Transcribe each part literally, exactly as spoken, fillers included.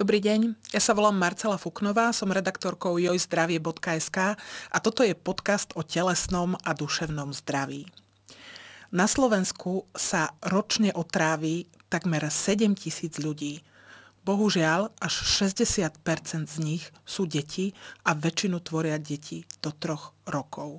Dobrý deň, ja sa volám Marcela Fuknová, som redaktorkou jojzdravie bodka es ká a toto je podcast o telesnom a duševnom zdraví. Na Slovensku sa ročne otrávi takmer sedem tisíc ľudí. Bohužiaľ, až šesťdesiat percent z nich sú deti a väčšinu tvoria deti do troch rokov.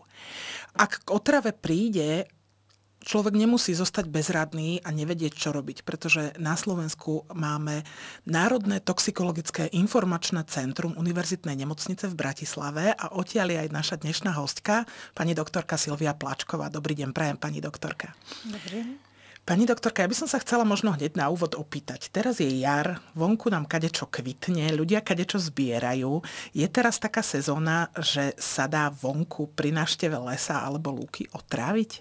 Ak k otrave príde, človek nemusí zostať bezradný a nevedieť, čo robiť, pretože na Slovensku máme Národné toxikologické informačné centrum Univerzitnej nemocnice v Bratislave a odtiaľ je aj naša dnešná hostka, pani doktorka Silvia Plačková. Dobrý deň, prajem, pani doktorka. Dobrý. Pani doktorka, ja by som sa chcela možno hneď na úvod opýtať. Teraz je jar, vonku nám kadečo kvitne, ľudia kadečo zbierajú. Je teraz taká sezóna, že sa dá vonku pri návšteve lesa alebo lúky otráviť?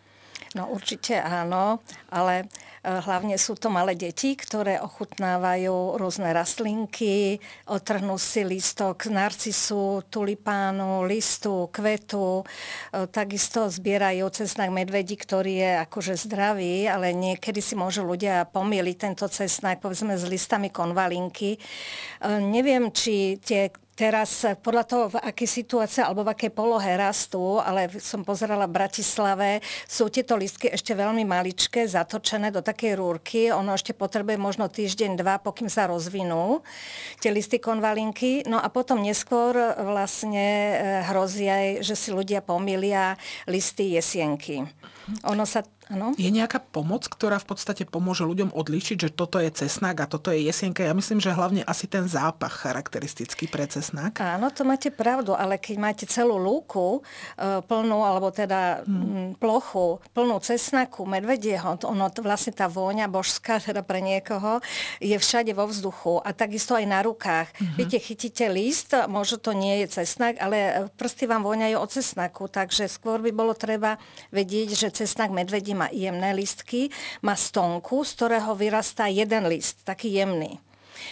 No určite áno, ale hlavne sú to malé deti, ktoré ochutnávajú rôzne rastlinky, otrhnú si lístok narcisu, tulipánu, listu, kvetu. Takisto zbierajú cesnak medvedí, ktorý je akože zdravý, ale niekedy si môžu ľudia pomýliť tento cesnak, povedzme, s listami konvalinky. Neviem, či tie teraz podľa toho, v akej situácii alebo v akej polohe rastú, ale som pozerala v Bratislave, sú tieto listky ešte veľmi maličké, zatočené do takej rúrky. Ono ešte potrebuje možno týždeň, dva, pokým sa rozvinú tie listy konvalinky. No a potom neskôr vlastne hrozí, že si ľudia pomýlia listy jesienky. Ono sa Ano. Je nejaká pomoc, ktorá v podstate pomôže ľuďom odlíšiť, že toto je cesnak a toto je jesienka? Ja myslím, že hlavne asi ten zápach charakteristický pre cesnak. Áno, to máte pravdu, ale keď máte celú lúku e, plnú, alebo teda hmm. plochu, plnú cesnaku, medvedieho, ono vlastne tá vôňa božská, teda pre niekoho, je všade vo vzduchu a takisto aj na rukách. Hmm. Viete, chytíte list, možno to nie je cesnak, ale prsty vám vôňajú od cesnaku, takže skôr by bolo treba vedieť, že cesnak medvedí má jemné listky, má stonku, z ktorého vyrastá jeden list, taký jemný.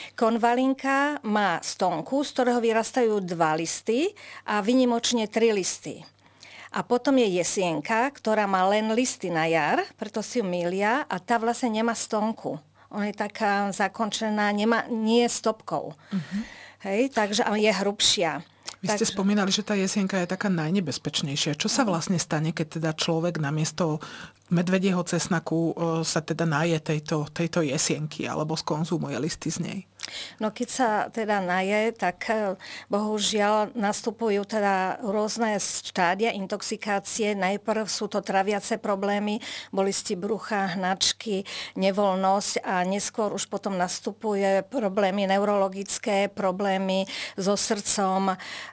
Konvalinka má stonku, z ktorého vyrastajú dva listy a vynimočne tri listy. A potom je jesienka, ktorá má len listy na jar, preto si ju milia a tá vlastne nemá stonku. Ona je taká zakončená, nemá, nie je stopkou. Uh-huh. Hej, takže je hrubšia. Vy ste Takže... spomínali, že tá jesienka je taká najnebezpečnejšia. Čo sa vlastne stane, keď teda človek namiesto medvedieho cesnaku sa teda naje tejto, tejto jesienky alebo skonzumuje listy z nej? No keď sa teda naje, tak bohužiaľ nastupujú teda rôzne štádia intoxikácie. Najprv sú to traviace problémy, bolesti brucha, hnačky, nevoľnosť a neskôr už potom nastupuje problémy neurologické, problémy so srdcom. E,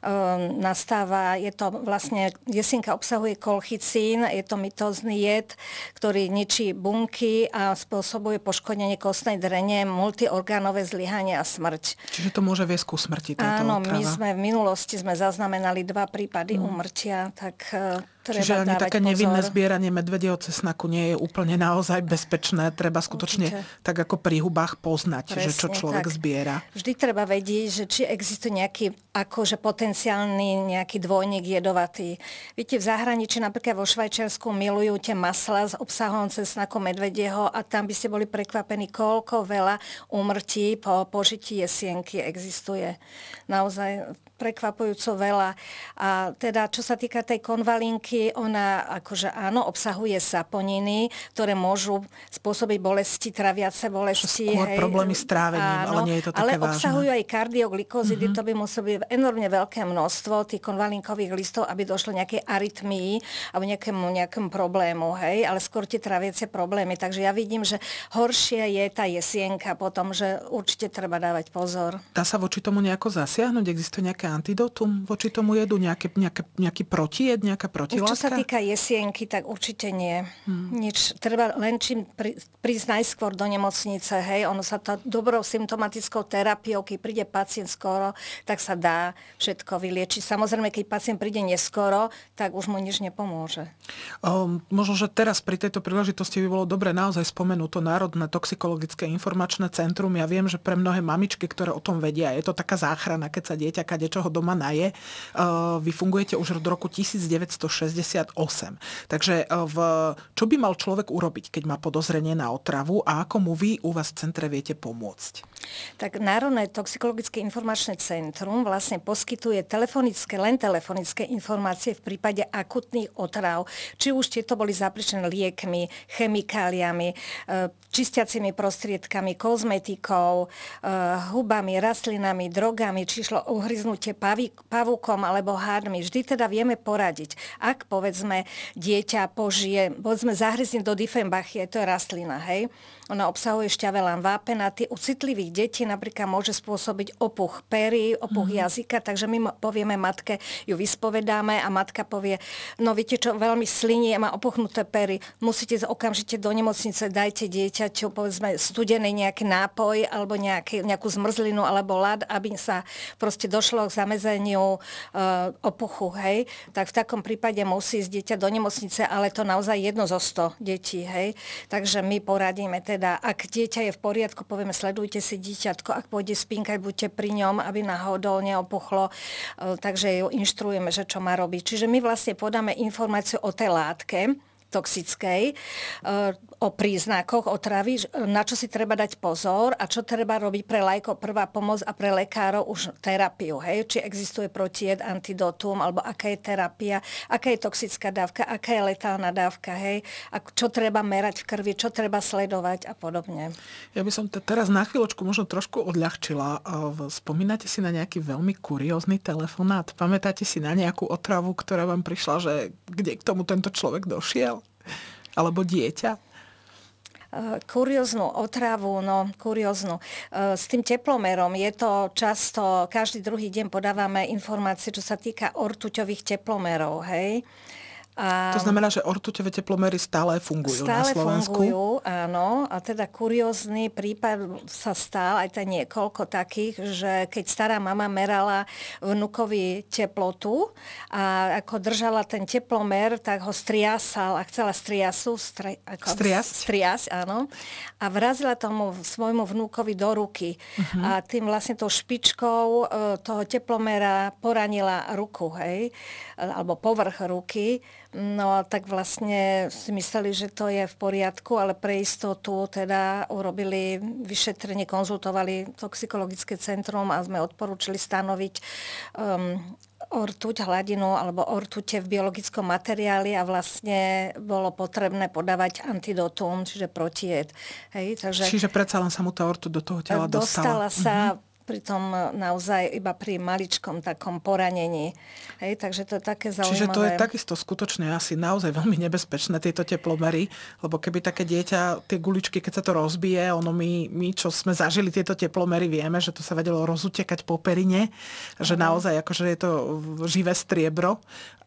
nastáva, je to vlastne, jesienka obsahuje kolchicín, je to mitózny jed, ktorý ničí bunky a spôsobuje poškodenie kostnej drene, multiorgánové zlyhanie a smrť. Čiže to môže viesť ku smrti táto Áno, otrava? My sme v minulosti sme zaznamenali dva prípady hmm. úmrtia, tak uh, treba Čiže ani dávať také pozor. nevinné zbieranie medvedieho cesnaku nie je úplne naozaj bezpečné. Treba skutočne Určite. tak ako pri hubách poznať, Presne, že čo človek tak. zbiera. Vždy treba vedieť, že či existuje nejaký akože potenciálny nejaký dvojník jedovatý. Viete, v zahraničí, napríklad vo Švajčiarsku, milujú tie maslá s obsahom cesnaku medvedieho a tam by ste boli prekvapení, koľko veľa úmrtí po požití jesienky existuje. Naozaj prekvapujúco veľa. A teda, čo sa týka tej konvalinky, ona akože áno, obsahuje saponiny, ktoré môžu spôsobiť bolesti, traviace bolesti. Skôr hej, problémy s trávením, ale nie je to také ale vážne. Ale obsahujú aj kardioglykózidy, uh-huh. to by muselo byť enormne veľké množstvo tých konvalinkových listov, aby došlo nejakej arytmii alebo nejakému, nejakému problému, hej, ale skôr tie traviace problémy. Takže ja vidím, že horšie je tá jesienka potom, že určite treba dávať pozor. Dá sa voči tomu nejako zasiahnuť? Existuje nejaké antidotum voči tomu jedu? Nejaké, nejaké, nejaký protijed, nejaká protilátka? Čo sa týka jesienky, tak určite nie. Hmm. Nič. Treba len čím prí, prísť najskôr do nemocnice, hej, ono sa to dobrou symptomatickou terapiou, keď príde pacient skoro, tak sa dá všetko vyliečiť. Samozrejme, keď pacient príde neskoro, tak už mu nič nepomôže. O, možno, že teraz pri tejto príležitosti by bolo dobre naozaj spomenúť to Národné toxikologické informačné centrum. Ja viem, že pre mnohé mamičky, ktoré o tom vedia, je to taká záchrana, keď sa dieťa kadečo čo ho doma naje. Vy fungujete už od roku devätnásťstošesťdesiatosem. Takže v, čo by mal človek urobiť, keď má podozrenie na otravu a ako mu vy u vás v centre viete pomôcť? Tak Národné toxikologické informačné centrum vlastne poskytuje telefonické, len telefonické informácie v prípade akutných otrav, či už tieto boli zapričené liekmi, chemikáliami, čistiacimi prostriedkami, kozmetikou, hubami, rastlinami, drogami, či šlo o uhryznutie pavúkom alebo hádmi. Vždy teda vieme poradiť. Ak, povedzme, dieťa požije, povedzme, zahryzne do Dieffenbachie, to je rastlina, hej, ona obsahuje šťavelán vápenaty. U citlivých detí napríklad môže spôsobiť opuch pery, opuch mm-hmm. jazyka, takže my povieme matke, ju vyspovedáme a matka povie, no viete čo, veľmi slinie, má opuchnuté pery, musíte okamžite do nemocnice, dajte dieťaťu, povedzme, studený nejaký nápoj alebo nejaký, nejakú zmrzlinu alebo ľad, aby sa proste došlo k zamezeniu uh, opuchu, hej. Tak v takom prípade musí ísť dieťa do nemocnice, ale to naozaj jedno zo sto detí, hej. Takže my poradíme teda, ak dieťa je v poriadku, povieme, sledujte si dieťatko, ak pôjde spínkať, buďte pri ňom, aby náhodou neopuchlo, takže ju inštruujeme, že čo má robiť. Čiže my vlastne podáme informáciu o tej látke toxickej, o príznakoch otravy, na čo si treba dať pozor a čo treba robiť pre laikov prvá pomoc a pre lekárov už terapiu, hej? Či existuje protijed, antidotum, alebo aká je terapia, aká je toxická dávka, aká je letálna dávka, hej? A čo treba merať v krvi, čo treba sledovať a podobne. Ja by som te teraz na chvíľočku možno trošku odľahčila. Spomínate si na nejaký veľmi kuriózny telefonát? Pamätáte si na nejakú otravu, ktorá vám prišla, že kde k tomu tento človek došiel? Alebo dieťa? Kurióznu otravu, no kurióznu. S tým teplomerom je to často, každý druhý deň podávame informácie, čo sa týka ortuťových teplomerov, hej. A to znamená, že ortuťové teplomery stále fungujú stále na Slovensku? Stále fungujú, áno. A teda kuriózny prípad sa stal, aj ten niekoľko takých, že keď stará mama merala vnukovi teplotu a ako držala ten teplomer, tak ho striasal a chcela striasu. Stri, ako, Striasť? Striasť, áno. A vrazila tomu svojmu vnúkovi do ruky. Uh-huh. A tým vlastne tou špičkou toho teplomera poranila ruku, hej, alebo povrch ruky. No tak vlastne si mysleli, že to je v poriadku, ale pre istotu teda urobili vyšetrenie, konzultovali toxikologické centrum a sme odporúčili stanoviť um, ortuť, hladinu alebo ortute v biologickom materiáli a vlastne bolo potrebné podávať antidotum, čiže protijed. Hej, takže čiže predsa len sa mu tá ortuť do toho tela dostala. Dostala sa uh-huh. pritom naozaj iba pri maličkom takom poranení. Hej, takže to je také zaujímavé. Čiže to je takisto skutočne asi naozaj veľmi nebezpečné, tieto teplomery, lebo keby také dieťa, tie guličky, keď sa to rozbije, ono my, my, čo sme zažili tieto teplomery, vieme, že to sa vedelo rozutekať po perine, že naozaj akože je to živé striebro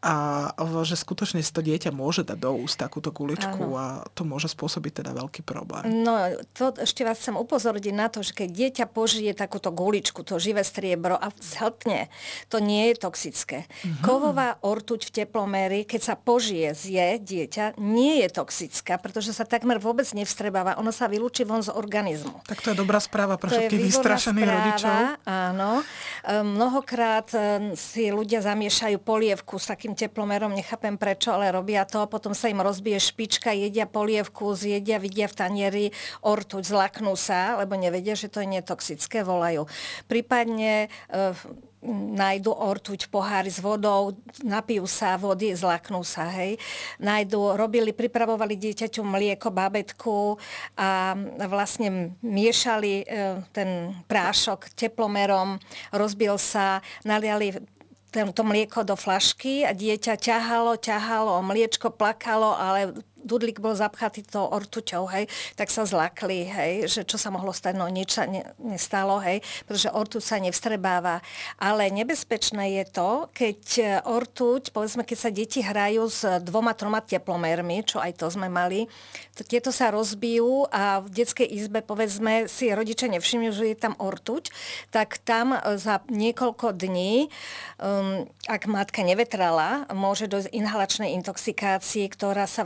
a že skutočne si to dieťa môže dať do úst takúto guličku a to môže spôsobiť teda veľký problém. No, to ešte vás chcem upozorniť na to, že keď dieťa požije takúto guličku, to živé striebro a zhltne, to nie je toxické. Mm-hmm. Kovová ortuť v teplomeri, keď sa požije, zje dieťa, nie je toxická, pretože sa takmer vôbec nevstrebáva. Ono sa vylúči von z organizmu. Tak to je dobrá správa pre všetkých vystrašených rodičov. Áno. Mnohokrát si ľudia zamiešajú polievku s takým teplomerom, nechápem prečo, ale robia to, potom sa im rozbije špička, jedia polievku, zjedia, vidia v tanieri ortuť, zlaknú sa, lebo nevedia, že to je netoxické, volajú. Prípadne e, nájdu ortuť pohári s vodou, napijú sa vody, zlaknú sa, hej. Nájdu, robili, pripravovali dieťaťu mlieko, babetku a vlastne miešali e, ten prášok teplomerom, rozbil sa, naliali to mlieko do flašky a dieťa ťahalo, ťahalo, mliečko plakalo, ale dudlík bol zapchatý tou ortuťou, hej, tak sa zlakli, hej, že čo sa mohlo stať, no nič sa ne, nestalo, hej, pretože ortuť sa nevstrebáva. Ale nebezpečné je to, keď ortuť, povedzme, keď sa deti hrajú s dvoma, troma teplomermi, čo aj to sme mali, to, tieto sa rozbijú a v detskej izbe, povedzme, si rodičia nevšimnú, že je tam ortuť, tak tam za niekoľko dní, um, ak matka nevetrala, môže dojsť inhalačnej intoxikácii, ktorá sa vlastne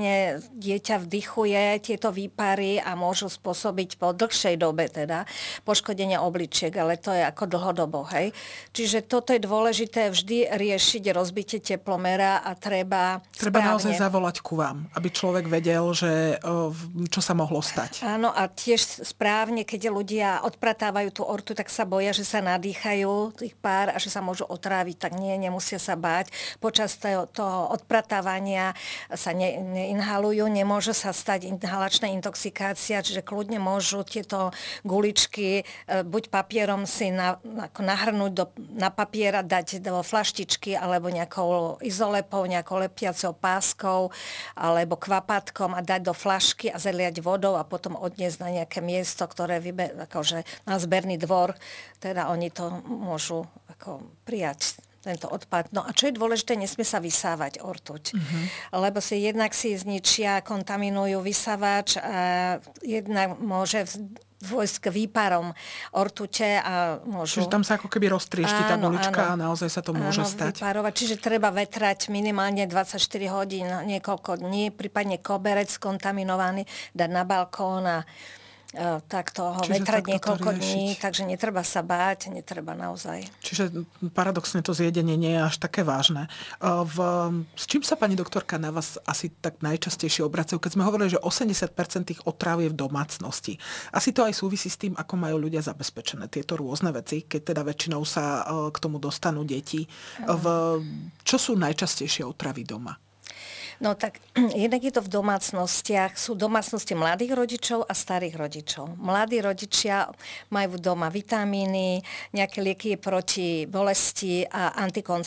vlastne dieťa vdychuje tieto výpary a môžu spôsobiť po dlhšej dobe teda poškodenie obličiek, ale to je ako dlhodobo, hej. Čiže toto je dôležité vždy riešiť rozbitie teplomera a treba Treba správne. naozaj zavolať ku vám, aby človek vedel, že čo sa mohlo stať. Áno, a tiež správne, keď ľudia odpratávajú tú ortu, tak sa boja, že sa nadýchajú tých pár a že sa môžu otráviť. Tak nie, nemusia sa báť. Počas toho, toho odpratávania sa ne, neinhalujú, nemôže sa stať inhalačná intoxikácia, čiže kľudne môžu tieto guličky buď papierom si na, ako nahrnúť do, na papiera, dať do flaštičky alebo nejakou izolepou, nejakou lepiacou páskou alebo kvapátkom a dať do flašky a zaliať vodou a potom odniesť na nejaké miesto, ktoré vybe, akože na zberný dvor, teda oni to môžu ako prijať tento odpad. No a čo je dôležité, nesmie sa vysávať ortuť. Uh-huh. Lebo si jednak si zničia, kontaminujú vysávač a jednak môže vojsť k výparom ortute a môžu... Čiže tam sa ako keby roztriešti tá gulička a naozaj sa to môže áno, stať. Vyparovať. Čiže treba vetrať minimálne dvadsaťštyri hodín, niekoľko dní, prípadne koberec kontaminovaný, dať na balkón a takto ho Čiže vetrať takto niekoľko to dní, takže netreba sa báť, netreba naozaj. Čiže paradoxne to zjedenie nie je až také vážne. V, s čím sa, pani doktorka, na vás asi tak najčastejšie obracajú, keď sme hovorili, že osemdesiat percent tých otráv je v domácnosti. Asi to aj súvisí s tým, ako majú ľudia zabezpečené tieto rôzne veci, keď teda väčšinou sa k tomu dostanú deti. V, čo sú najčastejšie otravy doma? No tak jednak je to v domácnostiach. Sú domácnosti mladých rodičov a starých rodičov. Mladí rodičia majú doma vitamíny, nejaké lieky proti bolesti a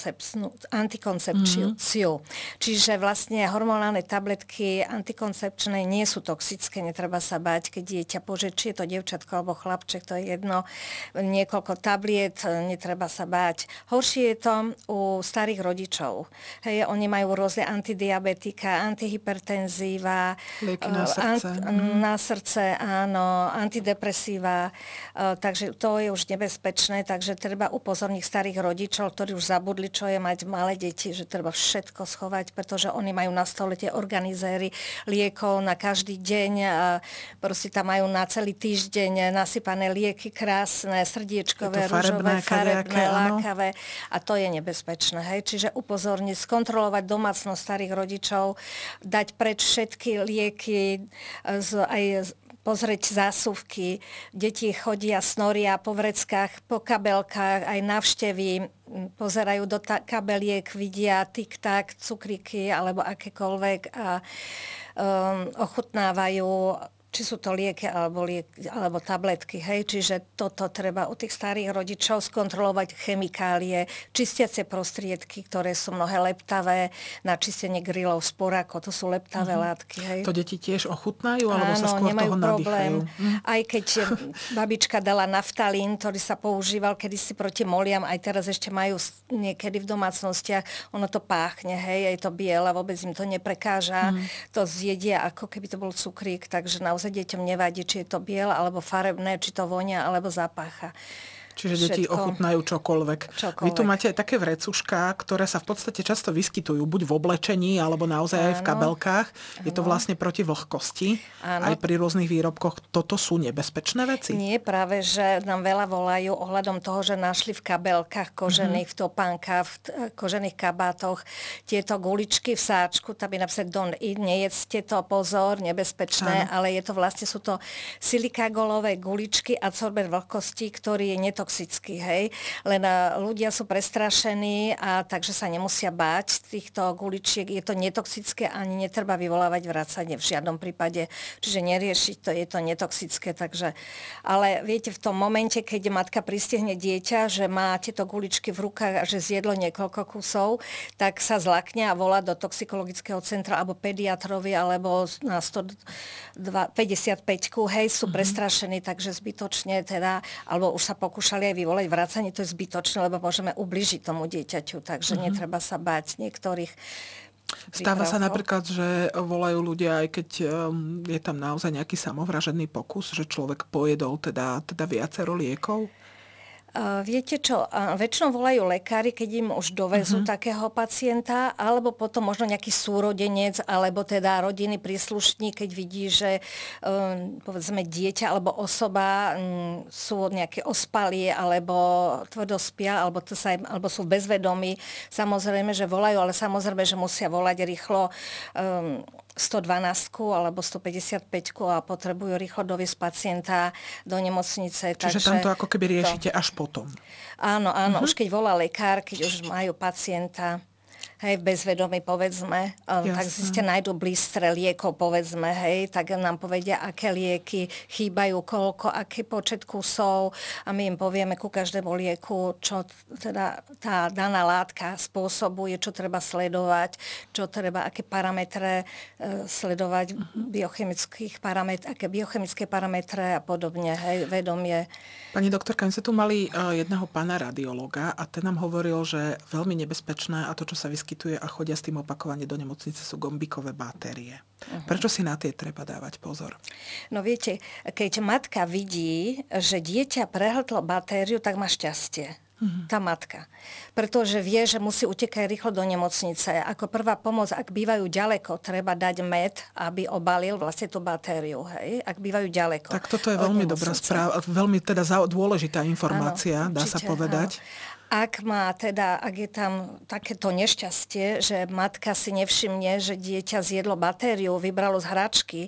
antikoncepciu. Mm-hmm. Čiže vlastne hormonálne tabletky antikoncepčné nie sú toxické, netreba sa báť, keď dieťa požije, či je to dievčatko alebo chlapček, to je jedno. Niekoľko tabliet, netreba sa báť. Horšie je to u starých rodičov. Hej, oni majú rôzne antidiabetika, antihypertenzíva, lieky na srdce. Ant, na srdce, áno, antidepresíva, takže to je už nebezpečné, takže treba upozorniť starých rodičov, ktorí už zabudli, čo je mať malé deti, že treba všetko schovať, pretože oni majú na stole tie organizéry liekov na každý deň a proste tam majú na celý týždeň nasypané lieky krásne, srdiečkové, ružové, farebné, lákavé a to je nebezpečné. Hej? Čiže upozorniť, skontrolovať domácnosť starých rodičov, dať preč všetky lieky, aj pozrieť zásuvky. Deti chodia, snoria po vreckách, po kabelkách, aj návštevy, pozerajú do ta- kabeliek, vidia tik-tak, cukríky alebo akékoľvek a um, ochutnávajú, či sú to lieky alebo, liek, alebo tabletky. Hej? Čiže toto treba u tých starých rodičov skontrolovať, chemikálie, čistiace prostriedky, ktoré sú mnohé leptavé, na čistenie grillov, sporákov, to sú leptavé mm-hmm. látky. Hej? To deti tiež ochutnajú, alebo áno, sa skôr nemajú toho problém. nadýchajú? Aj keď babička dala naftalín, ktorý sa používal kedysi proti moliam, aj teraz ešte majú niekedy v domácnostiach, ono to páchne, hej, je to biele, vôbec im to neprekáža, mm. to zjedia, ako keby to bol cukrík, takže naozaj deťom nevadí, či je to biele, alebo farebné, či to vonia, alebo zapácha. Čiže deti Všetko. ochutnajú čokoľvek. čokoľvek. Vy tu máte aj také vrecušká, ktoré sa v podstate často vyskytujú, buď v oblečení, alebo naozaj áno, aj v kabelkách. Áno. Je to vlastne proti vlhkosti. Áno. Aj pri rôznych výrobkoch. Toto sú nebezpečné veci? Nie, práve, že nám veľa volajú ohľadom toho, že našli v kabelkách kožených, mm-hmm. v topánkach, v kožených kabátoch tieto guličky v sáčku, tam je napríklad don't eat, nejedzte to, pozor, nebezpečné, áno. ale je to vlastne, sú to silikagolové guličky a sorbet vlhkosti, ktorý je netoxický. toxický, hej. Len ľudia sú prestrašení a takže sa nemusia báť týchto guličiek. Je to netoxické, ani netreba vyvolávať vracanie v žiadnom prípade. Čiže neriešiť to, je to netoxické. Takže, ale viete, v tom momente, keď matka pristihne dieťa, že má tieto guličky v rukách a že zjedlo niekoľko kusov, tak sa zlakne a volá do toxikologického centra alebo pediatrovi alebo na stopäťdesiatpäť, hej, sú prestrašení, takže zbytočne teda, alebo už sa pokúšali aj vyvolať vracanie, to je zbytočné, lebo môžeme ubližiť tomu dieťaťu, takže uh-huh. netreba sa báť niektorých Stáva prípravkov. sa napríklad, že volajú ľudia, aj keď um, je tam naozaj nejaký samovražedný pokus, že človek pojedol teda, teda viacero liekov? Uh, viete čo, uh, väčšinou volajú lekári, keď im už dovezú uh-huh. takého pacienta, alebo potom možno nejaký súrodenec, alebo teda rodinný príslušník, keď vidí, že um, povedzme dieťa alebo osoba um, sú nejaké ospalie, alebo tvrdo spia, alebo, to sa, alebo sú v bezvedomí. Samozrejme, že volajú, ale samozrejme, že musia volať rýchlo um, sto dvanásť alebo sto päťdesiatpäť a potrebujú rýchlo doviesť pacienta do nemocnice. Čiže takže tam to ako keby riešite to až potom. Áno, áno, uh-huh. už keď volá lekár, keď už majú pacienta, hej, v bezvedomí, povedzme, Jasne. tak si ste nájdu blístre liekov, povedzme, hej, tak nám povedia, aké lieky chýbajú, koľko, aký počet kusov a my im povieme ku každému lieku, čo teda tá daná látka spôsobuje, čo treba sledovať, čo treba, aké parametre e, sledovať, uh-huh. biochemických parametre, aké biochemické parametre a podobne, hej, vedomie. Pani doktorka, my sme tu mali uh, jedného pána radiológa a ten nám hovoril, že veľmi nebezpečné a to, čo sa vyskytuje a chodia s tým opakovane do nemocnice, sú gombíkové batérie. Uh-huh. Prečo si na tie treba dávať pozor? No viete, keď matka vidí, že dieťa prehltlo batériu, tak má šťastie. Uh-huh. Tá matka. Pretože vie, že musí utekať rýchlo do nemocnice. Ako prvá pomoc, ak bývajú ďaleko, treba dať med, aby obalil vlastne tú batériu. Hej? Ak bývajú ďaleko. Tak toto je veľmi dobrá správa, veľmi teda dôležitá informácia, áno, dá určite, sa povedať. Áno. Ak má teda, ak je tam takéto nešťastie, že matka si nevšimne, že dieťa zjedlo batériu, vybralo z hračky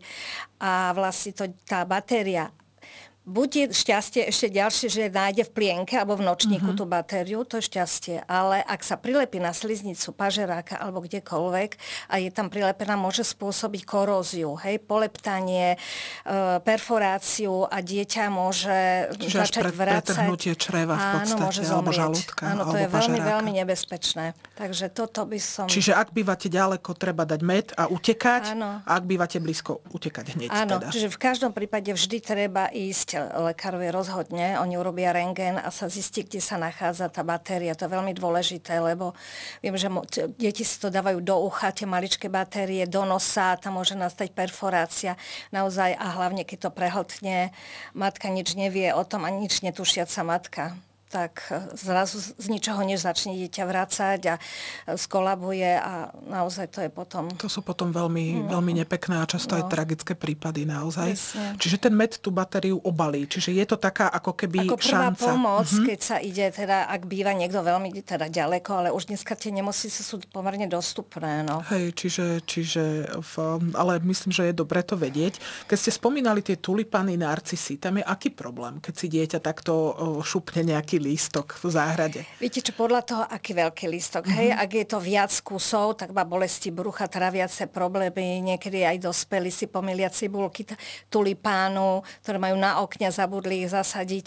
a vlastne to, tá batéria buď je šťastie ešte ďalšie, že nájde v plienke alebo v nočníku uh-huh. tú batériu, to je šťastie. Ale ak sa prilepí na sliznicu, pažeráka alebo kdekoľvek a je tam prilepená, môže spôsobiť koróziu, hej, poleptanie, e, perforáciu a dieťa môže Čiže začať až vracať. pretrhnutie čreva v podstate, áno, môže alebo zomrieť. žalúdka, Áno, to alebo je veľmi, pažeráka. veľmi nebezpečné. Takže toto by som... Čiže ak bývate ďaleko, treba dať med a utekať. Áno. A ak bývate blízko, utekať hneď. Áno, teda. čiže v každom prípade vždy treba ísť lekárovi rozhodne, oni urobia rentgen a sa zistí, kde sa nachádza tá batéria. To je veľmi dôležité, lebo viem, že mo- deti si to dávajú do ucha, tie maličké batérie, do nosa, tam môže nastať perforácia. Naozaj, a hlavne, keď to prehltne, matka nič nevie o tom a nič netušiaca matka. Tak zrazu z ničoho než začne dieťa vracať a skolabuje a naozaj to je potom... To sú potom veľmi, no. veľmi nepekné a často no. aj tragické prípady naozaj. Presne. Čiže ten med tú batériu obalí. Čiže je to taká ako keby ako prvá šanca. pomoc, uh-huh. keď sa ide, teda ak býva niekto veľmi teda ďaleko, ale už dneska tie nemocnice sú pomerne dostupné. No. Hej, čiže, čiže v, ale myslím, že je dobre to vedieť. Keď ste spomínali tie tulipány, narcisy, tam je aký problém, keď si dieťa takto šupne nejaký lístok v záhrade? Viete čo, podľa toho, aký veľký lístok. Mm-hmm. Hej, ak je to viac kusov, tak má bolesti brucha, traviace problémy, niekedy aj dospelí si pomýlia cibulky tulipánu, ktoré majú na okne, zabudli ich zasadiť,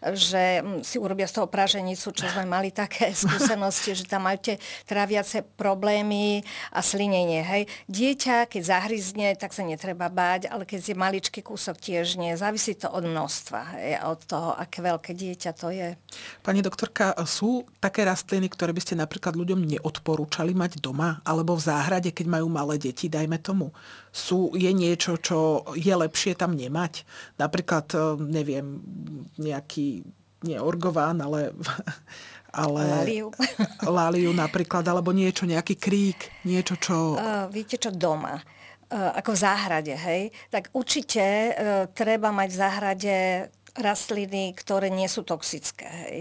že si urobia z toho praženicu, čo sme mali také skúsenosti, že tam majú tie traviace problémy a slinenie. Hej. Dieťa, keď zahryzne, tak sa netreba báť, ale keď je maličký kúsok, tiež nie. Závisí to od množstva, hej, od toho, aké veľké dieťa to je. Pani doktorka, sú také rastliny, ktoré by ste napríklad ľuďom neodporúčali mať doma alebo v záhrade, keď majú malé deti, dajme tomu? Sú, je niečo, čo je lepšie tam nemať? Napríklad, neviem, nejaký, nie orgován, ale... ale Láliu. Láliu napríklad, alebo niečo, nejaký krík, niečo, čo... Uh, viete čo, doma. Uh, ako v záhrade, hej? Tak určite uh, treba mať v záhrade rastliny, ktoré nie sú toxické. Hej.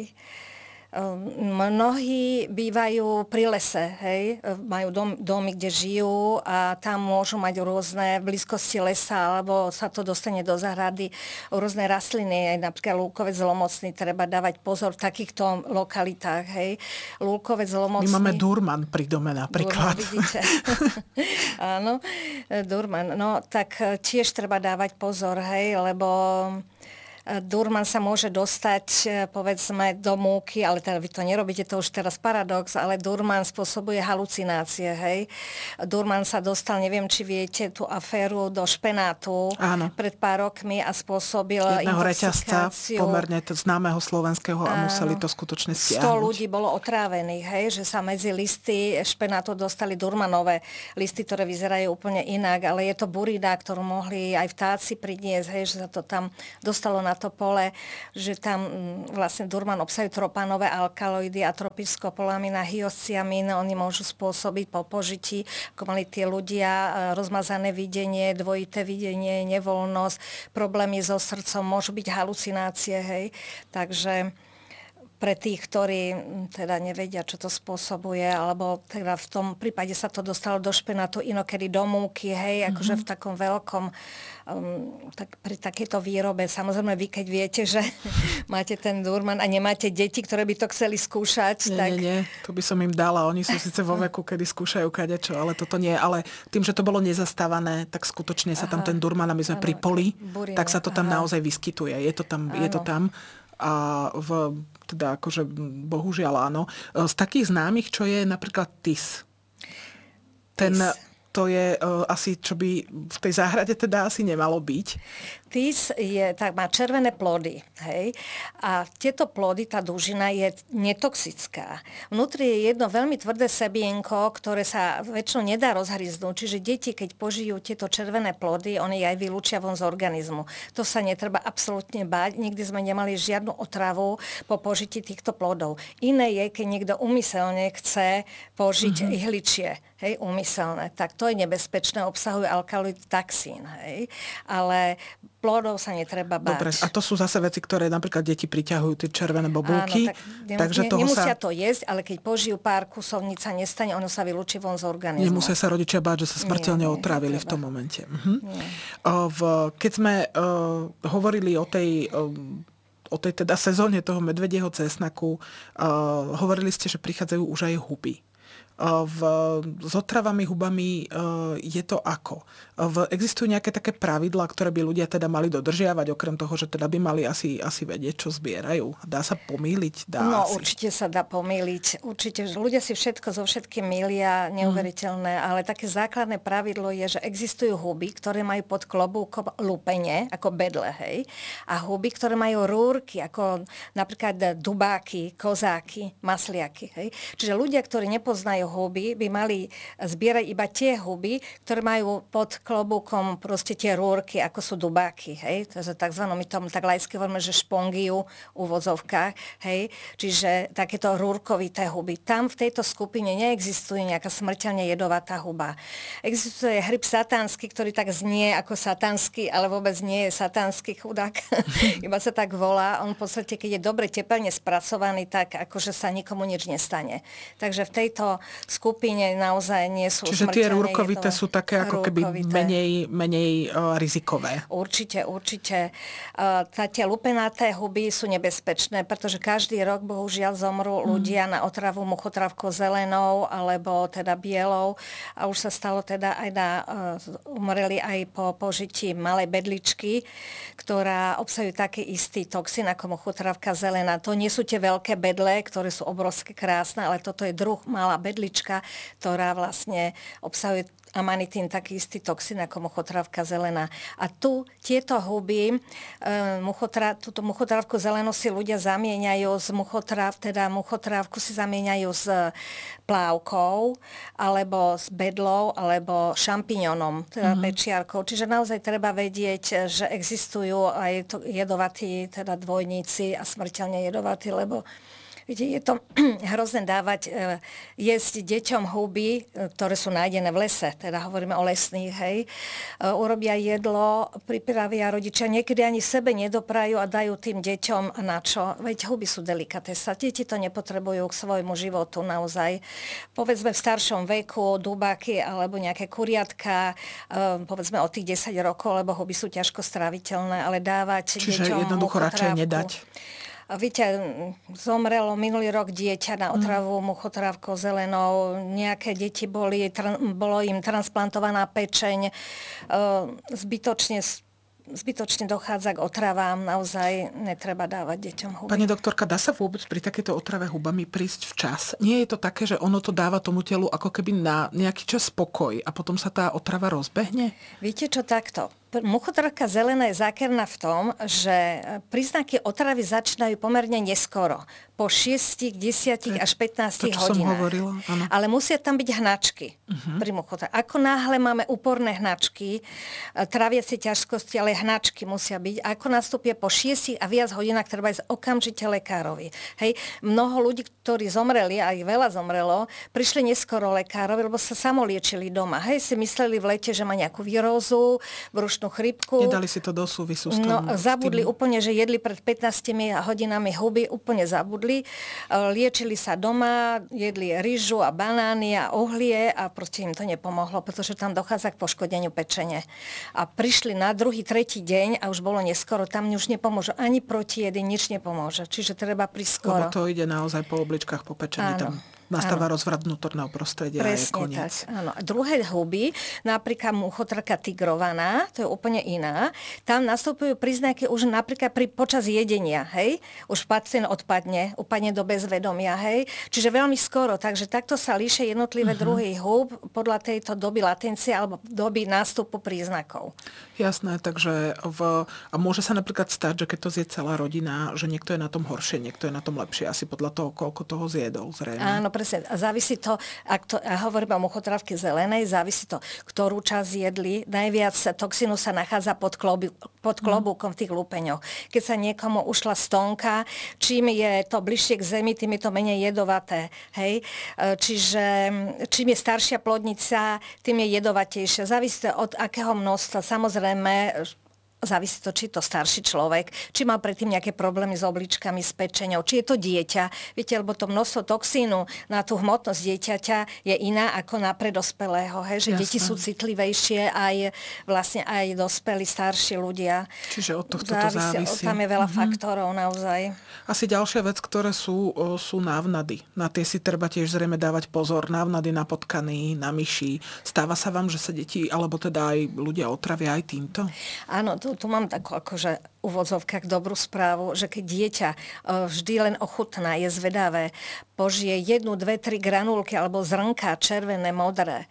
Mnohí bývajú pri lese, hej, majú dom, domy, kde žijú a tam môžu mať rôzne v blízkosti lesa, alebo sa to dostane do záhrady, rôzne rastliny, aj napríklad lúkovec zlomocný, treba dávať pozor v takýchto lokalitách, hej. Lúkovec zlomocný... My máme durman pri dome napríklad. Durman, vidíte. Áno, durman. No, tak tiež treba dávať pozor, hej, lebo... Durman sa môže dostať, povedzme, do múky, ale teda vy to nerobíte, to už teraz paradox, ale durman spôsobuje halucinácie, hej. Durman sa dostal, neviem, či viete, tú aféru do špenátu Áno. pred pár rokmi a spôsobil jedného reťazca, intoxikáciu. pomerne známeho slovenského a museli to skutočne stiahnuť. sto ľudí bolo otrávených, hej, že sa medzi listy špenátu dostali durmanové listy, ktoré vyzerajú úplne inak, ale je to burina, ktorú mohli aj vtáci priniesť, hej, že sa to tam dostalo na na to pole, že tam vlastne durman obsahuje tropanové alkaloidy, atropiskopolamín a hyosciamín. Oni môžu spôsobiť po požití, ako mali tí ľudia, rozmazané videnie, dvojité videnie, nevoľnosť, problémy so srdcom, môžu byť halucinácie, hej. Takže pre tých, ktorí teda nevedia, čo to spôsobuje, alebo teda v tom prípade sa to dostalo do špenátu, inokedy do múky, hej, mm-hmm. akože v takom veľkom, um, tak pri takejto výrobe. Samozrejme, vy keď viete, že máte ten durman a nemáte deti, ktoré by to chceli skúšať, nie, tak... Nie, nie, to by som im dala. Oni sú síce vo veku, kedy skúšajú kadečo, ale toto nie. Ale tým, že to bolo nezastávané, tak skutočne sa tam ten durman, a my sme pri poli, burine, tak sa to tam aha. naozaj vyskytuje. Je to tam, je to tam. A v, teda akože bohužiaľ áno. Z takých známych, čo je napríklad tis. Ten, tis. To je uh, asi, čo by v tej záhrade teda asi nemalo byť. Tis je, tak má červené plody, hej, a tieto plody, tá dužina je netoxická. Vnútri je jedno veľmi tvrdé semienko, ktoré sa väčšinou nedá rozhryznúť, čiže deti, keď požijú tieto červené plody, oni aj vylúčia von z organizmu. To sa netreba absolútne báť, nikdy sme nemali žiadnu otravu po požití týchto plodov. Iné je, keď niekto úmyselne chce požiť mm-hmm. ihličie, hej, úmyselné, tak to je nebezpečné, obsahuje alkaloid taxín, hej, ale plodov sa netreba báť. Dobre, a to sú zase veci, ktoré napríklad deti priťahujú, tie červené bobulky. Áno, tak nem, takže ne, toho nemusia sa... to jesť, ale keď požijú pár kusov, nič sa nestane, ono sa vylúči von z organizmu. Nemusia sa rodičia báť, že sa smrteľne nie, otrávili nie, v tom momente. Mhm. V, keď sme uh, hovorili o tej... Um, o tej teda sezóne toho medvedieho cesnaku, uh, hovorili ste, že prichádzajú už aj huby. V, s otravami, hubami je to ako? V, existujú nejaké také pravidlá, ktoré by ľudia teda mali dodržiavať, okrem toho, že teda by mali asi, asi vedieť, čo zbierajú? Dá sa pomýliť? Dá no asi. Určite sa dá pomýliť. Určite, že ľudia si všetko so všetkým mýlia, neuveriteľné, mm. ale také základné pravidlo je, že existujú huby, ktoré majú pod klobúkom lúpenie, ako bedle, hej, a huby, ktoré majú rúrky, ako napríklad dubáky, kozáky, masliaky, hej. Čiže ľudia, ktorí nepoznajú huby, by mali zbierať iba tie huby, ktoré majú pod klobúkom proste tie rúrky, ako sú dubáky, hej. To je takzvané, my tomu tak laicky hovoríme, že špongiu v vozovkách, hej. Čiže takéto rúrkovité huby. Tam v tejto skupine neexistuje nejaká smrteľne jedovatá huba. Existuje hryb satánsky, ktorý tak znie ako satánsky, ale vôbec nie je satánsky chudák. Iba sa tak volá. On v podstate, keď je dobre tepelne spracovaný, tak akože sa nikomu nič nestane. Takže v tejto skupine naozaj nie sú Čiže smrteľne tie rúrkovité sú také ako keby rúrkovité. menej, menej uh, rizikové. Určite, určite. Uh, tá, tie lupenaté huby sú nebezpečné, pretože každý rok bohužiaľ zomrú mm. ľudia na otravu muchotravkou zelenou alebo teda bielou. A už sa stalo teda aj na, uh, umreli aj po požití malej bedličky, ktorá obsahuje taký istý toxín ako muchotravka zelená. To nie sú tie veľké bedle, ktoré sú obrovské krásne, ale toto je druh malá bedlička, ktorá vlastne obsahuje amanitín, taký istý toxín ako muchotravka zelená. A tu tieto huby, e, muchotra, túto muchotrávku zelenú si ľudia zamieňajú z muchotrav, teda muchotrávku si zamieňajú s plávkou, alebo s bedlou, alebo šampiňonom, teda mm-hmm. pečiarkou. Čiže naozaj treba vedieť, že existujú aj to jedovatí, teda dvojníci a smrteľne jedovatí, lebo viete, je to hrozné dávať, e, jesť deťom huby, ktoré sú nájdené v lese, teda hovoríme o lesných, hej. E, urobia jedlo, pripravia rodičia, niekedy ani sebe nedoprajú a dajú tým deťom, a na čo? Veď huby sú delikatesa. Deti to nepotrebujú k svojmu životu naozaj. Povedzme v staršom veku, dubáky alebo nejaké kuriatka, e, povedzme od tých desať rokov, lebo huby sú ťažko stráviteľné, ale dávať Čiže deťom jednoducho radšej nedať. Viete, zomrelo minulý rok dieťa na otravu muchotrávkou zelenou, nejaké deti boli, bolo im transplantovaná pečeň, zbytočne, zbytočne dochádza k otravám, naozaj netreba dávať deťom huby. Pani doktorka, dá sa vôbec pri takéto otrave hubami prísť včas? Nie je to také, že ono to dáva tomu telu ako keby na nejaký čas spokoj a potom sa tá otrava rozbehne? Viete čo, takto? Muchotrka zelená je zákerná v tom, že príznaky otravy začínajú pomerne neskoro. Po šiestich, desiatich až pätnástich to, čo hodinách. Som hovorila, áno. Ale musia tam byť hnačky uh-huh. pri muchotrke. Ako náhle máme úporné hnačky, traviacie ťažkosti, ale hnačky musia byť. Ako nastúpia po šiestich a viac hodinách, treba ísť okamžite lekárovi. Hej. Mnoho ľudí, ktorí zomreli, a ich veľa zomrelo, prišli neskoro lekárovi, lebo sa samoliečili doma. Hej, si mysleli v lete, že má nejakú vírózu, brušnú chrypku. Nedali si to do súvisu s No, tom, zabudli tým... úplne, že jedli pred pätnástimi hodinami huby, úplne zabudli. Liečili sa doma, jedli ryžu a banány a ohlie a proste im to nepomohlo, pretože tam dochádza k poškodeniu pečene. A prišli na druhý, tretí deň a už bolo neskoro, tam už nepomôže ani protijedy, nič nepomôže. Čiže treba prísť skoro. Lebo to ide naozaj po obličkách, po pečení, tam nastáva áno. rozvrat vnútorného prostredia a je koniec. Tak, áno. A druhé huby, napríklad muchotrka tigrovaná, to je úplne iná, tam nastupujú príznaky už napríklad pri, počas jedenia, hej? Už pacient odpadne, upadne do bezvedomia, hej? Čiže veľmi skoro, takže takto sa líšia jednotlivé uh-huh. druhy hub podľa tejto doby latencie alebo doby nástupu príznakov. Jasné, takže v, a môže sa napríklad stať, že keď to zje celá rodina, že niekto je na tom horšie, niekto je na tom lepšie, asi podľa toho, koľko toho zjedol, zrejme. Áno, presne. A závisí to, ak to, ja hovorím o muchotravke zelenej, závisí to, ktorú časť jedli. Najviac toxínu sa nachádza pod, klobu, pod klobúkom v tých lúpeňoch. Keď sa niekomu ušla stonka, čím je to bližšie k zemi, tým je to menej jedovaté. Hej? Čiže čím je staršia plodnica, tým je jedovatejšia. Závisí to od akého množstva. Samozrejme, závisí to, či je to starší človek, či mal predtým nejaké problémy s obličkami, s pečeňou, či je to dieťa. Viete, lebo to množstvo toxínu na tú hmotnosť dieťaťa je iná ako na predospelého. Hej? Že Jasne. Deti sú citlivejšie, aj vlastne aj dospelí, starší ľudia. Čiže od tohto to závisí. Tam je veľa mm-hmm. faktorov naozaj. Asi ďalšia vec, ktoré sú, sú návnady. Na tie si treba tiež zrejme dávať pozor. Návnady na potkany, na myši. Stáva sa vám, že sa deti, alebo teda aj ľudia otravia aj týmto? Áno, tu, tu mám takú akože uvozovkách dobrú správu, že keď dieťa vždy len ochutná, je zvedavé, požije jednu, dve, tri granulky alebo zrnka červené, modré,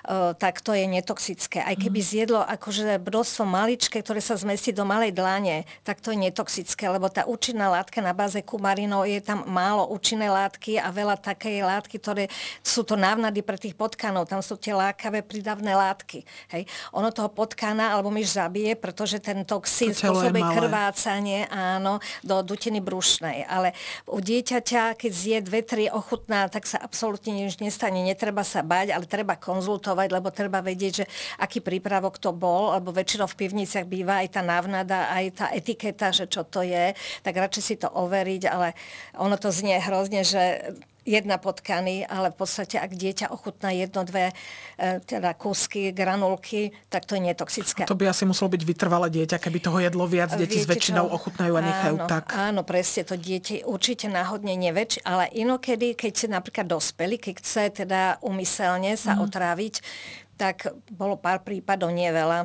tak to je netoxické. Aj keby zjedlo akože množstvo maličké, ktoré sa zmestí do malej dlane, tak to je netoxické, lebo tá účinná látka na báze kumarinov je tam málo účinné látky a veľa takej látky, ktoré sú to návnady pre tých potkanov. Tam sú tie lákavé prídavné látky. Hej. Ono toho potkana alebo myš zabije, pretože ten toxín spôsobuje krvácanie, áno, do dutiny brušnej. Ale u dieťaťa, keď zje dve, tri ochutná, tak sa absolútne nič nestane. Netreba sa bať, ale treba konzultovať, lebo treba vedieť, že aký prípravok to bol, lebo väčšinou v pivniciach býva aj tá návnada, aj tá etiketa, že čo to je, tak radšej si to overiť, ale ono to znie hrozne, že jedna potkany, ale v podstate, ak dieťa ochutná jedno, dve e, teda kúsky, granulky, tak to je netoxické. To by asi muselo byť vytrvalé dieťa, keby toho jedlo viac, deti s väčšinou ochutnajú a nechajú áno, tak. Áno, presne, to dieťa určite náhodne neväč, ale inokedy, keď si napríklad dospelí, keď chce teda umyselne sa mm. otráviť, tak bolo pár prípadov, nie veľa,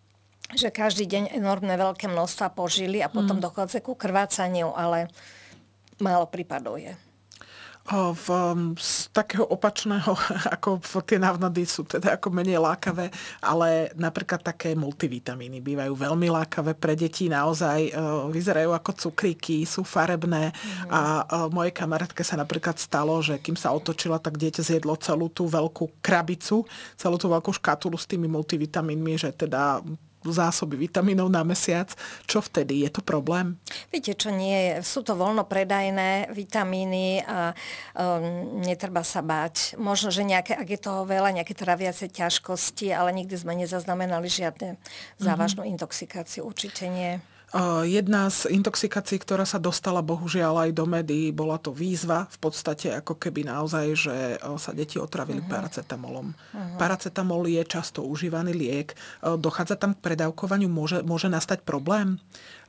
že každý deň enormné veľké množstva požili a potom mm. dochádza ku krvácaniu, ale málo prípadov je. V, z takého opačného, ako tie návnady sú teda ako menej lákavé, ale napríklad také multivitamíny bývajú veľmi lákavé pre deti, naozaj vyzerajú ako cukríky, sú farebné mm. a mojej kamarátke sa napríklad stalo, že kým sa otočila, tak dieťa zjedlo celú tú veľkú krabicu, celú tú veľkú škatulu s tými multivitamínmi, že teda zásoby vitamínov na mesiac. Čo vtedy? Je to problém? Viete, čo nie je. Sú to voľnopredajné vitamíny a um, netreba sa báť. Možno, že nejaké, ak je toho veľa, nejaké traviace ťažkosti, ale nikdy sme nezaznamenali žiadne závažnú mm-hmm. intoxikáciu. Určite nie. Jedna z intoxikácií, ktorá sa dostala bohužiaľ aj do médií, bola to výzva, v podstate ako keby naozaj, že sa deti otravili uh-huh. paracetamolom. Uh-huh. Paracetamol je často užívaný liek, dochádza tam k predávkovaniu, môže, môže nastať problém?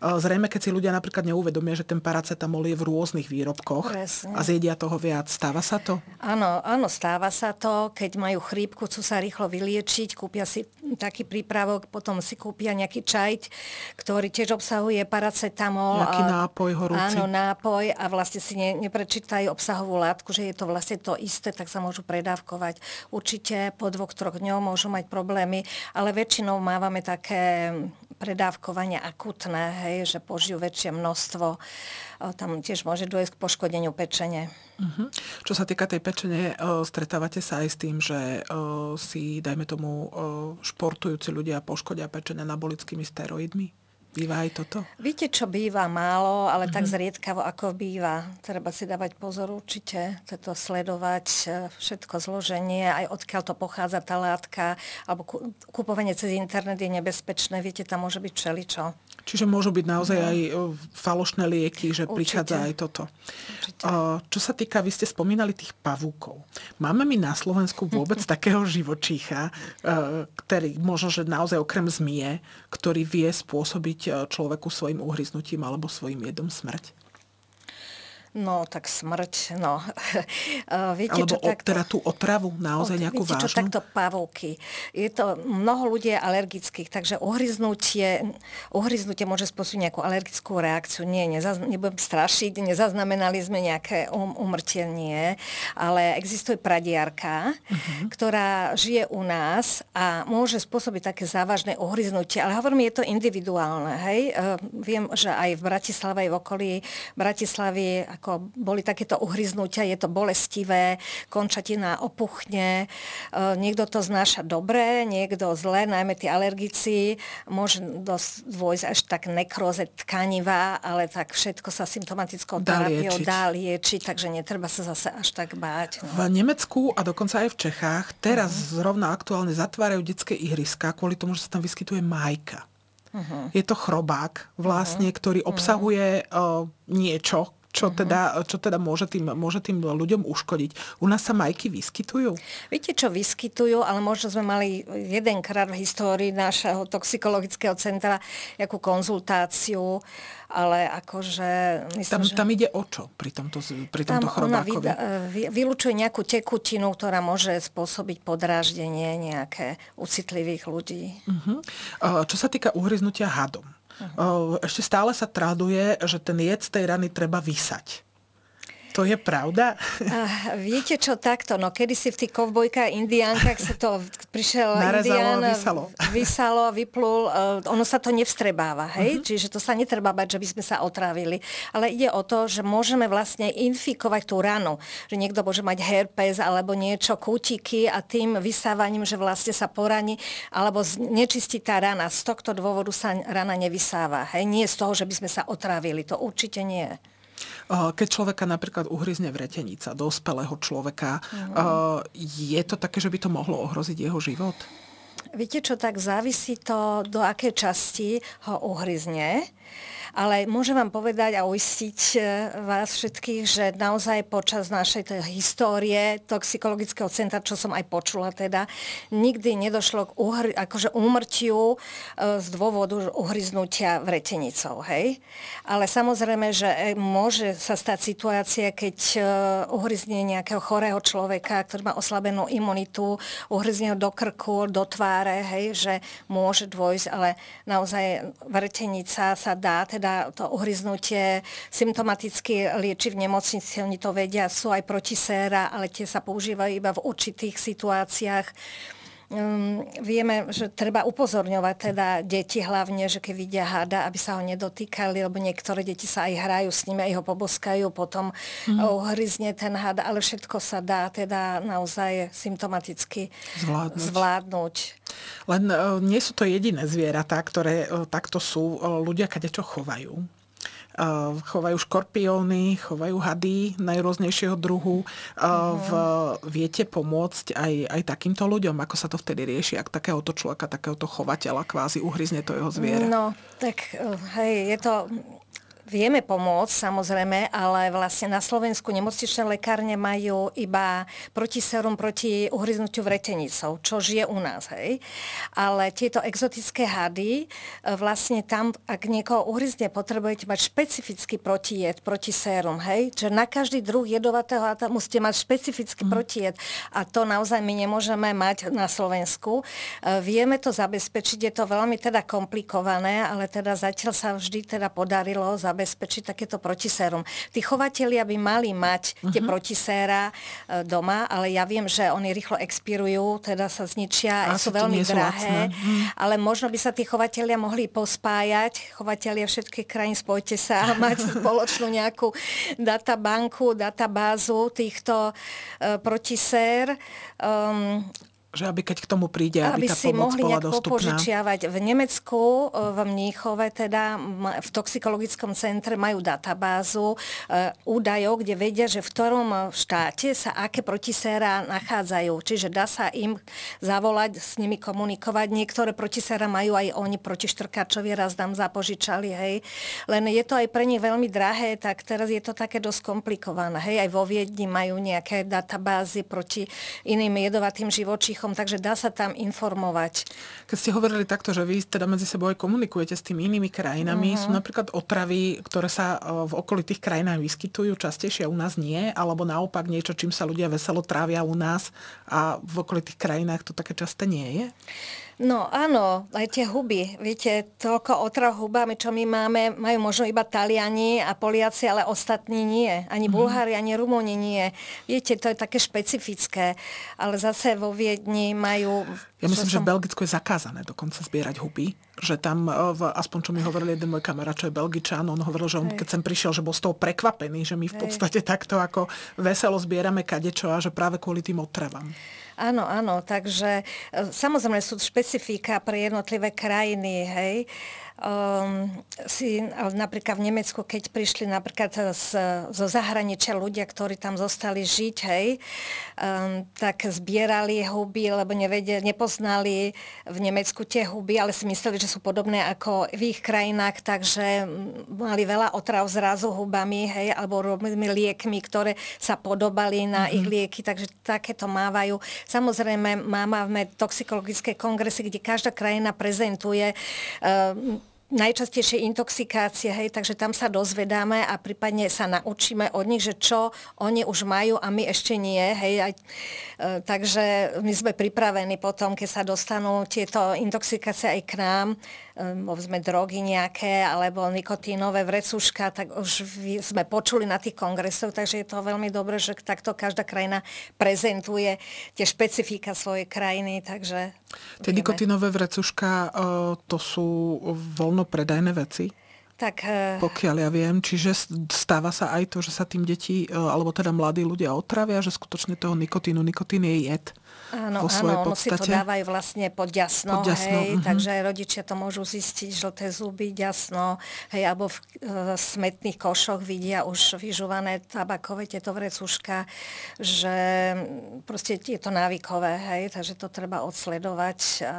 Zrejme, keď si ľudia napríklad neuvedomia, že ten paracetamol je v rôznych výrobkoch. Presne. A zjedia toho viac. Stáva sa to? Áno, áno, stáva sa to. Keď majú chrípku, chcú sa rýchlo vyliečiť, kúpia si taký prípravok, potom si kúpia nejaký čaj, ktorý tiež obsahuje paracetamol. Nejaký nápoj horúci. Áno, nápoj a vlastne si ne, neprečítajú obsahovú látku, že je to vlastne to isté, tak sa môžu predávkovať. Určite po dvoch, troch dňoch môžu mať problémy, ale väčšinou mávame také predávkovania akutné, hej, že požijú väčšie množstvo. Tam tiež môže dôjsť k poškodeniu pečene. Uh-huh. Čo sa týka tej pečene, uh, stretávate sa aj s tým, že uh, si, dajme tomu, uh, športujúci ľudia poškodia pečene anabolickými steroidmi? Býva aj toto? Viete, čo býva málo, ale uh-huh. tak zriedkavo, ako býva. Treba si dávať pozor určite, toto sledovať všetko zloženie, aj odkiaľ to pochádza tá látka, alebo kupovanie cez internet je nebezpečné, viete, tam môže byť všeličo. Čiže môžu byť naozaj no. aj falošné lieky, že určite. Prichádza aj toto. Určite. Čo sa týka, vy ste spomínali tých pavúkov. Máme my na Slovensku vôbec takého živočícha, ktorý možno, že naozaj okrem zmie, ktorý vie spôsobiť človeku svojim uhryznutím alebo svojim jedom smrť? No, tak smrť, no. Viete, Alebo čo takto, teda tú otravu naozaj od, nejakú viete, vážnu? Čo takto pavúky. Je to mnoho ľudí alergických, takže uhryznutie, uhryznutie môže spôsobiť nejakú alergickú reakciu. Nie, nezaz, nebudem strašiť, nezaznamenali sme nejaké um, umrtie, nie. Ale existuje pradiarka, uh-huh. ktorá žije u nás a môže spôsobiť také závažné uhryznutie. Ale hovorím, je to individuálne. Hej? Uh, viem, že aj v Bratislave, aj v okolí Bratislavy ako boli takéto uhryznutia, je to bolestivé, končatina opuchne, e, niekto to znáša dobre, niekto zle, najmä tí alergici, môže dôjsť až tak nekróze tkaniva, ale tak všetko sa symptomatickou terapiou dá liečiť, takže netreba sa zase až tak báť. No. V Nemecku a dokonca aj v Čechách teraz uh-huh. zrovna aktuálne zatvárajú detské ihriska kvôli tomu, že sa tam vyskytuje májka. Uh-huh. Je to chrobák vlastne, uh-huh. ktorý obsahuje uh, niečo, Čo teda, čo teda môže, tým, môže tým ľuďom uškodiť. U nás sa majky vyskytujú? Viete, čo vyskytujú, ale možno sme mali jedenkrát v histórii nášho toxikologického centra jakú konzultáciu, ale akože... Myslím, tam, že... tam ide o čo pri tomto, pri tomto chrobákovi? Tam ona vy, vylúčuje nejakú tekutinu, ktorá môže spôsobiť podráždenie nejaké u citlivých ľudí. Uh-huh. Čo sa týka uhryznutia hadom, Uh-huh. ešte stále sa traduje, že ten jed z tej rany treba vysať. To je pravda? Uh, viete čo, takto, no kedysi v tých kovbojkách, indiánkach sa to prišiel narezalo, indián, vysalo. vysalo, vyplul, uh, ono sa to nevstrebáva, hej? Uh-huh. Čiže to sa netreba bať, že by sme sa otrávili. Ale ide o to, že môžeme vlastne infikovať tú ranu. Že niekto môže mať herpes alebo niečo, kútiky a tým vysávaním, že vlastne sa poraní alebo nečistí tá rana. Z tohto dôvodu sa rana nevysáva. Hej? Nie z toho, že by sme sa otrávili. To určite nie. Keď človeka napríklad uhryzne vretenica, dospelého človeka, uh-huh. je to také, že by to mohlo ohroziť jeho život? Viete čo, tak závisí to, do akej časti ho uhryzne. Ale môžem vám povedať a uistiť vás všetkých, že naozaj počas našej histórie toxikologického centra, čo som aj počula teda, nikdy nedošlo k uhry, akože úmrtiu z dôvodu uhryznutia vretenicou. Hej? Ale samozrejme, že môže sa stať situácia, keď uhryzne nejakého chorého človeka, ktorý má oslabenú imunitu, uhryzne ho do krku, do tváre, hej, že môže dôjsť, ale naozaj vretenica sa dá, teda to uhryznutie symptomaticky lieči v nemocnici, oni to vedia, sú aj protiséra, ale tie sa používajú iba v určitých situáciách. Um, vieme, že treba upozorňovať teda deti hlavne, že keď vidia hada, aby sa ho nedotýkali, lebo niektoré deti sa aj hrajú s nimi, aj ho poboskajú, potom mm. uhryzne ten had, ale všetko sa dá teda naozaj symptomaticky zvládnuť. zvládnuť. Len uh, nie sú to jediné zvieratá, ktoré uh, takto sú. Uh, ľudia kadečo chovajú. Uh, chovajú škorpióny, chovajú hady najrôznejšieho druhu. Uh, v, viete pomôcť aj, aj takýmto ľuďom? Ako sa to vtedy rieši, ak takéhoto človeka, takéhoto chovateľa kvázi uhryzne to jeho zviera? No, tak hej, je to... vieme pomôcť, samozrejme, ale vlastne na Slovensku nemocničné lekárne majú iba protisérum proti uhryznutiu vretenicou, čo je u nás, hej. Ale tieto exotické hady, vlastne tam, ak niekoho uhryzne, potrebujete mať špecifický protijed, protisérum, hej. Čiže na každý druh jedovatého hada musíte mať špecifický mm. protijed. A to naozaj my nemôžeme mať na Slovensku. Vieme to zabezpečiť, je to veľmi teda komplikované, ale teda zatiaľ sa vždy teda podarilo zabezpečiť takéto protisérum. Tí chovatelia by mali mať uh-huh. tie protiséra doma, ale ja viem, že oni rýchlo expirujú, teda sa zničia a sú veľmi drahé, uh-huh. ale možno by sa tí chovatelia mohli pospájať, chovatelia všetkých krajín, spojte sa a mať spoločnú nejakú databanku, databázu týchto uh, protisér. Um, že aby keď k tomu príde, aby, aby tá si pomoc mohli bola nejak dostupná. popožičiavať. V Nemecku, v Mníchove, teda v toxikologickom centre majú databázu e, údajov, kde vedia, že v ktorom štáte sa aké protiséra nachádzajú. Čiže dá sa im zavolať, s nimi komunikovať. Niektoré protiséra majú aj oni proti štrkačovi, raz nám zapožičali, hej. Len je to aj pre nich veľmi drahé, tak teraz je to také dosť komplikované. Hej, aj vo Viedni majú nejaké databázy proti iným jedovatým živočíchom, takže dá sa tam informovať. Keď ste hovorili takto, že vy teda medzi sebou aj komunikujete s tými inými krajinami, uh-huh. sú napríklad otravy, ktoré sa v okolitých krajinách vyskytujú častejšie a u nás nie, alebo naopak niečo, čím sa ľudia veselo trávia u nás a v okolitých krajinách to také časté nie je? No áno, aj tie huby. Viete, toľko otrav hubami, čo my máme, majú možno iba Taliani a Poliaci, ale ostatní nie. Ani mm. Bulhári, ani Rumúni nie. Viete, to je také špecifické. Ale zase vo Viedni majú... Ja myslím, som... že v Belgicku je zakázané dokonca zbierať huby. Že tam, aspoň čo mi hovoril jeden môj kamarát, čo je Belgičan, on hovoril, že on, keď sem prišiel, že bol z toho prekvapený, že my v podstate Hej. takto ako veselo zbierame kadečo a že práve kvôli tým otravám. Áno, áno, takže samozrejme sú špecifika pre jednotlivé krajiny, hej. Um, si, napríklad v Nemecku, keď prišli napríklad z, zo zahraničia ľudia, ktorí tam zostali žiť, hej, um, tak zbierali huby, lebo nevedie, nepoznali v Nemecku tie huby, ale si mysleli, že sú podobné ako v ich krajinách, takže mali veľa otrav zrazu hubami, hej, alebo robili liekmi, ktoré sa podobali na mm-hmm. ich lieky, takže takéto mávajú. Samozrejme, máme toxikologické kongresy, kde každá krajina prezentuje um, najčastejšie intoxikácie, hej, takže tam sa dozvedáme a prípadne sa naučíme od nich, že čo oni už majú a my ešte nie, hej, aj, e, takže my sme pripravení potom, keď sa dostanú tieto intoxikácie aj k nám, povedzme drogy nejaké, alebo nikotínové vrecuška, tak už sme počuli na tých kongresoch, takže je to veľmi dobré, že takto každá krajina prezentuje tie špecifika svojej krajiny, takže... Tie nikotínové vrecuška, to sú voľnopredajné veci? Tak, pokiaľ ja viem, čiže stáva sa aj to, že sa tým deti, alebo teda mladí ľudia otravia, že skutočne toho nikotínu, nikotín je jed. Áno, áno, ono si to dávajú vlastne pod ďasno, pod ďasno hej, uh-huh. takže rodičia to môžu zistiť, žlté zuby, ďasno, hej, alebo v e, smetných košoch vidia už vyžúvané tabakové tieto vrecuška, že proste je to návykové, hej, takže to treba odsledovať a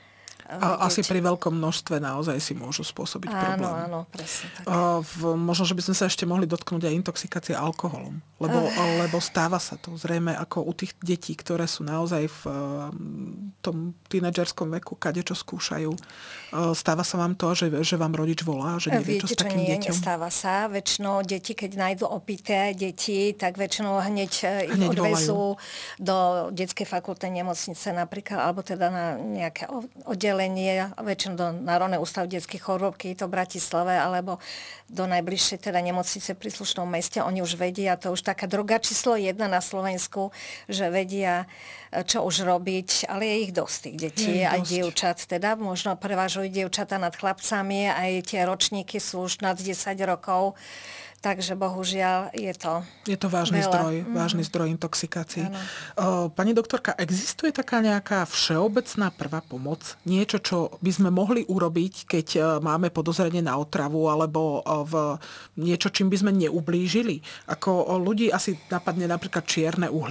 A asi pri veľkom množstve naozaj si môžu spôsobiť áno, problém. Áno, áno, presne tak. V, možno, že by sme sa ešte mohli dotknúť aj intoxikácie alkoholom. Lebo, uh. lebo stáva sa to zrejme ako u tých detí, ktoré sú naozaj v tom tínedžerskom veku, kadečo skúšajú. Stáva sa vám to, že, že vám rodič volá, že nevie, čo s takým nie, deťom? Nestáva sa. Väčšinou deti, keď nájdu opité deti, tak väčšinou hneď, hneď ich odvezú volajú do detskej fakultnej nemocnice napríklad, alebo teda na nejaké oddelenie, väčšinou do Národného ústavu detských chorôb, keď je to v Bratislave, alebo do najbližšej teda nemocnice v príslušnom meste. Oni už vedia, to už taká droga číslo jedna na Slovensku, že vedia, čo už robiť, ale je ich dosť tých detí, je aj dosť. Dievčat. Teda možno prevažujú dievčatá nad chlapcami, aj tie ročníky sú už nad desať rokov. Takže bohužiaľ je to Je to vážny veľa. zdroj, mm. vážny zdroj intoxikácií. Ano. Pani doktorka, existuje taká nejaká všeobecná prvá pomoc? Niečo, čo by sme mohli urobiť, keď máme podozrenie na otravu, alebo v niečo, čím by sme neublížili? Ako ľudí asi napadne napríklad čierne uhlie.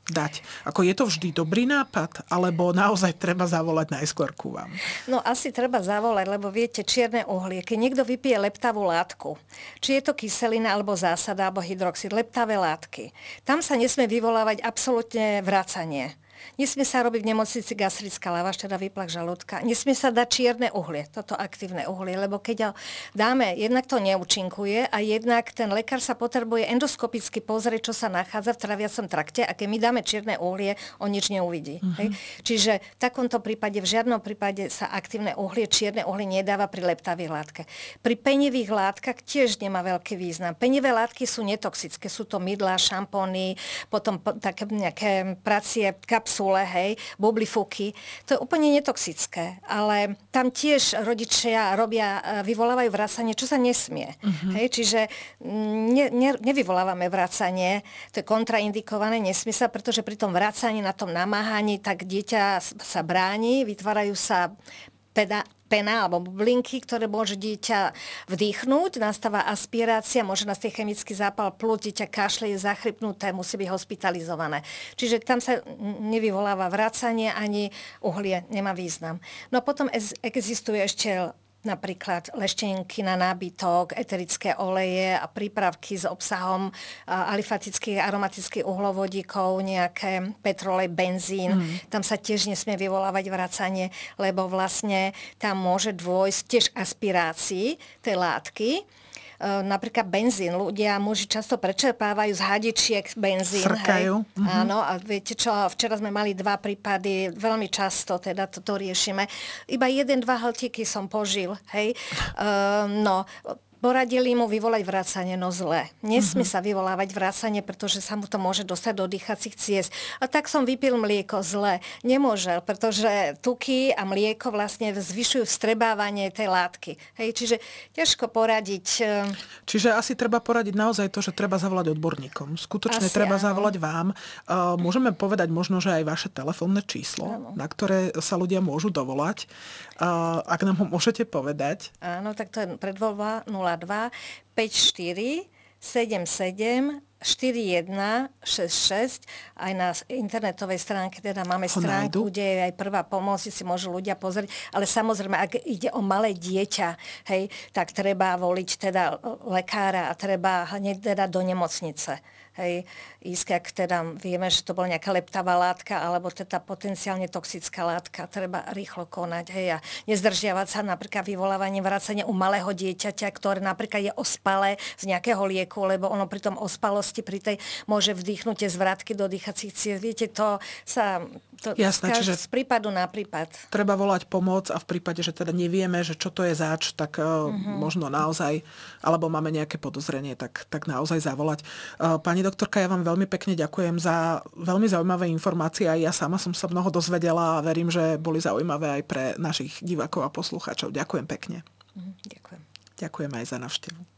dať. Ako je to vždy dobrý nápad, alebo naozaj treba zavolať najskôr ku vám? No asi treba zavolať, lebo viete, čierne uhlie, keď niekto vypije leptavú látku, či je to kyselina, alebo zásada, alebo hydroxid, leptavé látky, tam sa nesmie vyvolávať absolútne vracanie. Nesmie sa robiť v nemocnici gastrická lavaš, teda výplach žalúdka. Nesmie sa dať čierne uhlie, toto aktívne uhlie, lebo keď ho dáme, jednak to neúčinkuje a jednak ten lekár sa potrebuje endoskopicky pozrieť, čo sa nachádza v traviacom trakte a keď my dáme čierne uhlie, on nič neuvidí. Uh-huh. Hej? Čiže v takomto prípade, v žiadnom prípade sa aktívne uhlie, čierne uhlie nedáva pri leptavých látkach. Pri penivých látkach tiež nemá veľký význam. Penivé látky sú netoxické, sú to mydlá, šampóny, potom také nejaké pracie, kapsule, hej, bublifuky. To je úplne netoxické, ale tam tiež rodičia robia, vyvolávajú vracanie, čo sa nesmie. Uh-huh. Hej, čiže ne, ne, nevyvolávame vracanie, to je kontraindikované, nesmie sa, pretože pri tom vracaní, na tom namáhaní, tak dieťa sa bráni, vytvárajú sa peda, pena alebo bublinky, ktoré môže dieťa vdýchnuť, nastáva aspirácia, môže nastať chemický zápal plúc, dieťa kašle, je zachrypnuté, musí byť hospitalizované. Čiže tam sa nevyvoláva vracanie, ani uhlie, nemá význam. No a potom existuje ešte napríklad leštenky na nábytok, eterické oleje a prípravky s obsahom alifatických aromatických uhlovodíkov, nejaké petrolej, benzín. Mm. Tam sa tiež nesmie vyvolávať vracanie, lebo vlastne tam môže dôjsť tiež aspirácii tej látky. Napríklad benzín. Ľudia, muži často prečerpávajú z hadičiek benzín. Frkajú. Hej. Mm-hmm. Áno, a viete čo, včera sme mali dva prípady, veľmi často teda toto riešime. Iba jeden, dva hltíky som požil, hej. Uh, no, poradili mu vyvolať vracanie, no zle. Nesmie uh-huh. sa vyvolávať vracanie, pretože sa mu to môže dostať do dýchacích ciest. A tak som vypil mlieko, zle. Nemôže, pretože tuky a mlieko vlastne zvyšujú vstrebávanie tej látky. Hej, čiže ťažko poradiť. Čiže asi treba poradiť naozaj to, že treba zavolať odborníkom. Skutočne asi treba áno. zavolať vám. Uh, môžeme povedať možno, že aj vaše telefónne číslo, áno. na ktoré sa ľudia môžu dovolať. Uh, ak nám ho môžete povedať. Áno, tak to je predvoľba nula dva päť štyri sedem sedem štyri jeden šesť šesť. Aj na internetovej stránke teda máme ho stránku, nájdu? Kde je aj prvá pomoc, si môžu ľudia pozrieť. Ale samozrejme, ak ide o malé dieťa, hej, tak treba voliť teda lekára a treba hneď teda do nemocnice. Hej, ísť, ak teda vieme, že to bola nejaká leptavá látka, alebo teda potenciálne toxická látka, treba rýchlo konať, hej, a nezdržiavať sa napríklad vyvolávaním vracania u malého dieťaťa, ktoré napríklad je ospalé z nejakého lieku, lebo ono pri tom ospalosti, pri tej môže vdýchnutie zvratky do dýchacích ciest. Viete, to sa... To Jasné, z, čiže z prípadu na prípad. Treba volať pomoc a v prípade, že teda nevieme, že čo to je zač, tak uh, uh-huh. možno naozaj, alebo máme nejaké podozrenie, tak, tak naozaj zavolať. Uh, pani doktorka, ja vám veľmi pekne ďakujem za veľmi zaujímavé informácie. Aj ja sama som sa mnoho dozvedela a verím, že boli zaujímavé aj pre našich divákov a poslucháčov. Ďakujem pekne. Uh-huh. Ďakujem. Ďakujem aj za návštevu.